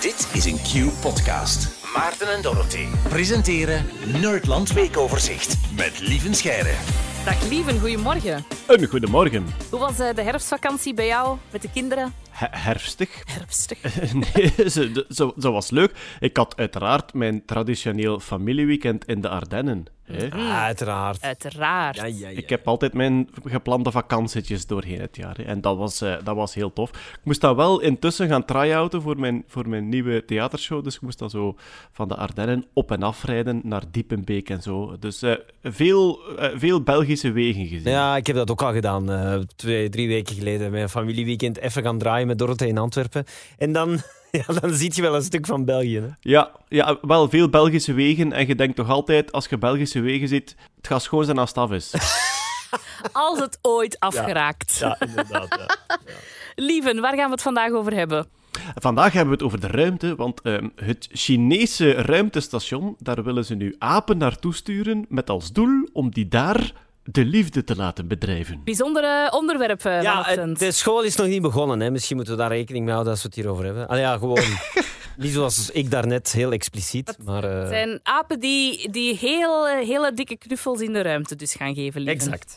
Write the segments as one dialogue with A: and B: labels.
A: Dit is een Q-podcast. Maarten en Dorothee presenteren Nerdland Weekoverzicht met Lieven Scheire.
B: Dag Lieven, goedemorgen.
C: Een goedemorgen.
B: Hoe was de herfstvakantie bij jou met de kinderen?
C: Herfstig?
B: Herfstig.
C: Nee, zo was leuk. Ik had uiteraard mijn traditioneel familieweekend in de Ardennen.
D: Uiteraard.
B: Uiteraard.
D: Ja.
C: Ik heb altijd mijn geplande vakantietjes doorheen het jaar. En dat was heel tof. Ik moest dan wel intussen gaan try-outen voor mijn nieuwe theatershow. Dus ik moest dan zo van de Ardennen op- en afrijden naar Diepenbeek en zo. Dus veel Belgische wegen gezien.
D: Ja, ik heb dat ook al gedaan. 2-3 weken geleden. Mijn familieweekend even gaan draaien met Dorothee in Antwerpen. En dan... Ja, dan zie je wel een stuk van België. Hè?
C: Ja, wel veel Belgische wegen. En je denkt toch altijd, als je Belgische wegen ziet, het gaat schoon zijn als het af is.
B: Als het ooit afgeraakt.
D: Ja, inderdaad. Ja.
B: Lieven, waar gaan we het vandaag over hebben?
C: Vandaag hebben we het over de ruimte, want het Chinese ruimtestation, daar willen ze nu apen naartoe sturen met als doel om die daar de liefde te laten bedrijven.
B: Bijzondere onderwerp vanochtend.
D: De school is nog niet begonnen. Hè. Misschien moeten we daar rekening mee houden als we het hierover hebben. Gewoon... Niet zoals ik daarnet, heel expliciet. Maar,
B: Het zijn apen die hele dikke knuffels in de ruimte dus gaan geven, Lieven.
D: Exact.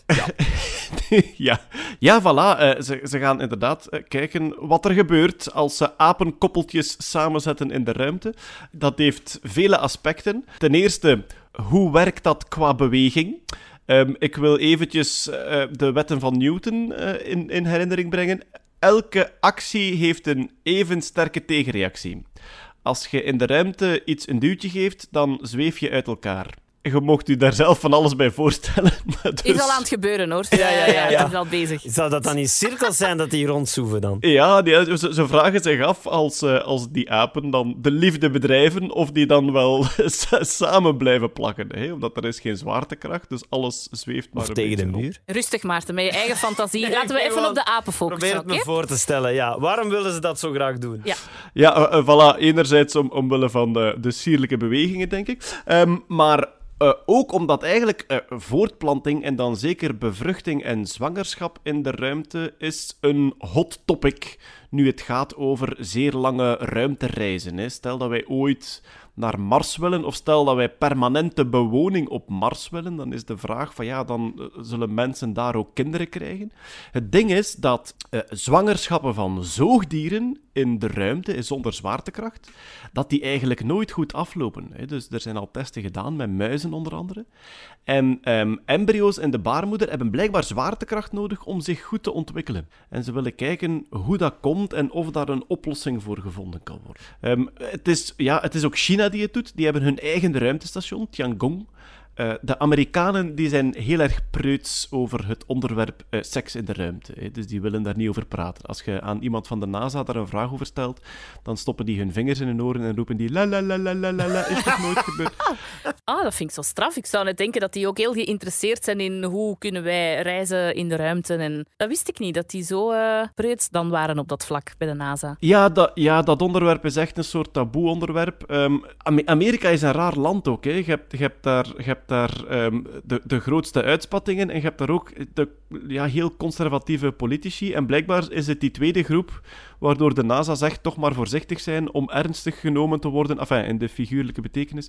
D: Ja.
C: Ja, voilà. Ze gaan inderdaad kijken wat er gebeurt als ze apenkoppeltjes samenzetten in de ruimte. Dat heeft vele aspecten. Ten eerste, hoe werkt dat qua beweging? Ik wil eventjes de wetten van Newton in herinnering brengen. Elke actie heeft een even sterke tegenreactie. Als je in de ruimte iets een duwtje geeft, dan zweef je uit elkaar. Je mocht u daar zelf van alles bij voorstellen. Dus...
B: Is al aan het gebeuren, hoor. Ja. Het is al bezig.
D: Zou dat dan in cirkels zijn dat die rondzoeven dan?
C: Ja, ze vragen zich af als die apen dan de liefde bedrijven of die dan wel samen blijven plakken. Hè? Omdat er is geen zwaartekracht, dus alles zweeft maar
D: Of
C: een
D: tegen de
C: beetje
D: muur?
B: Rustig, Maarten, met je eigen fantasie. Laten we even op de apen focussen,
D: Probeer het me
B: oké?
D: voor te stellen, ja. Waarom willen ze dat zo graag doen?
B: Ja.
C: Ja, voilà. Enerzijds omwille van de sierlijke bewegingen, denk ik. Maar... ook omdat eigenlijk voortplanting en dan zeker bevruchting en zwangerschap in de ruimte is een hot topic nu het gaat over zeer lange ruimtereizen. Hè. Stel dat wij ooit naar Mars willen, of stel dat wij permanente bewoning op Mars willen, dan is de vraag van ja, dan zullen mensen daar ook kinderen krijgen. Het ding is dat zwangerschappen van zoogdieren in de ruimte, zonder zwaartekracht, dat die eigenlijk nooit goed aflopen. Hè. Dus er zijn al testen gedaan met muizen onder andere. En embryo's in de baarmoeder hebben blijkbaar zwaartekracht nodig om zich goed te ontwikkelen. En ze willen kijken hoe dat komt en of daar een oplossing voor gevonden kan worden. Het is ook China die het doet. Die hebben hun eigen ruimtestation, Tiangong. De Amerikanen die zijn heel erg preuts over het onderwerp seks in de ruimte. Hè. Dus die willen daar niet over praten. Als je aan iemand van de NASA daar een vraag over stelt, dan stoppen die hun vingers in hun oren en roepen die la la la la la la, is nog nooit gebeurd.
B: Dat vind ik zo straf. Ik zou net denken dat die ook heel geïnteresseerd zijn in hoe kunnen wij reizen in de ruimte. En dat wist ik niet, dat die zo preuts dan waren op dat vlak bij de NASA.
C: Ja, dat onderwerp is echt een soort taboe-onderwerp. Amerika is een raar land ook. Hè. Je hebt daar de grootste uitspattingen en je hebt daar ook de heel conservatieve politici. En blijkbaar is het die tweede groep waardoor de NASA zegt toch maar voorzichtig zijn om ernstig genomen te worden. Enfin, in de figuurlijke betekenis.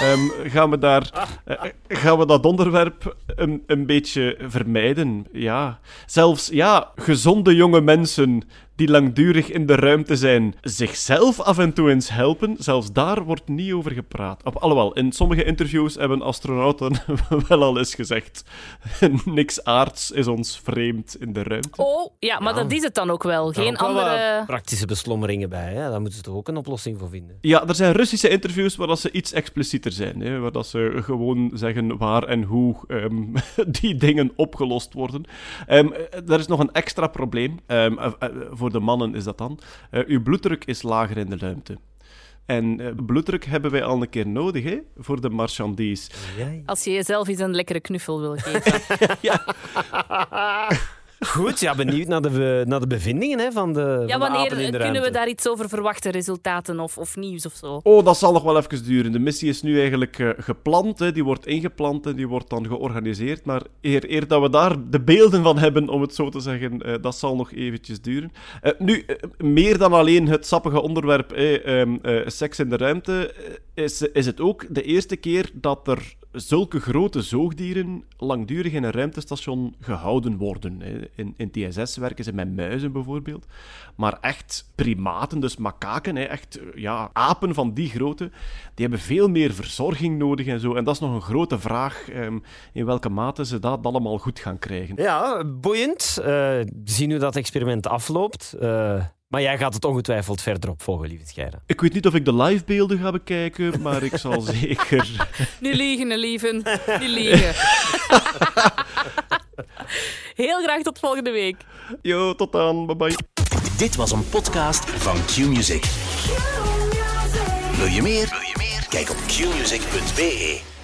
C: Gaan we dat onderwerp een beetje vermijden? Ja. Zelfs gezonde jonge mensen die langdurig in de ruimte zijn, zichzelf af en toe eens helpen, zelfs daar wordt niet over gepraat. Alhoewel, in sommige interviews hebben astronauten wel al eens gezegd niks aards is ons vreemd in de ruimte.
B: Oh, ja, maar dat is het dan ook wel. Geen andere...
D: praktische beslommeringen bij, hè? Daar moeten ze toch ook een oplossing voor vinden?
C: Ja, er zijn Russische interviews waar dat ze iets explicieter zijn. Hè, waar dat ze gewoon zeggen waar en hoe die dingen opgelost worden. Er is nog een extra probleem. Voor de mannen is dat dan. Uw bloeddruk is lager in de ruimte. En bloeddruk hebben wij al een keer nodig, hè, voor de marchandise.
B: Als je jezelf eens een lekkere knuffel wil geven.
C: Ja.
D: Goed, ja, benieuwd naar de bevindingen hè, van de
B: Ja,
D: van de
B: wanneer
D: apen in de
B: kunnen we
D: ruimte.
B: daar iets over verwachten? Resultaten of nieuws of zo?
C: Oh, dat zal nog wel even duren. De missie is nu eigenlijk gepland. Hè. Die wordt ingepland en die wordt dan georganiseerd. Maar eer dat we daar de beelden van hebben, om het zo te zeggen, dat zal nog eventjes duren. Nu, meer dan alleen het sappige onderwerp seks in de ruimte, is het ook de eerste keer dat er zulke grote zoogdieren langdurig in een ruimtestation gehouden worden. In TSS werken ze met muizen bijvoorbeeld. Maar echt primaten, dus makaken, echt apen van die grootte, die hebben veel meer verzorging nodig en zo. En dat is nog een grote vraag, in welke mate ze dat allemaal goed gaan krijgen.
D: Ja, boeiend. Zien hoe dat experiment afloopt. Maar jij gaat het ongetwijfeld verder opvolgen, lieve Scheire.
C: Ik weet niet of ik de livebeelden ga bekijken, maar ik zal zeker...
B: Niet liegen, lieven. Niet liegen. Heel graag tot volgende week.
C: Yo, tot dan. Bye bye.
A: Dit was een podcast van Q-Music. Wil je meer? Kijk op qmusic.be.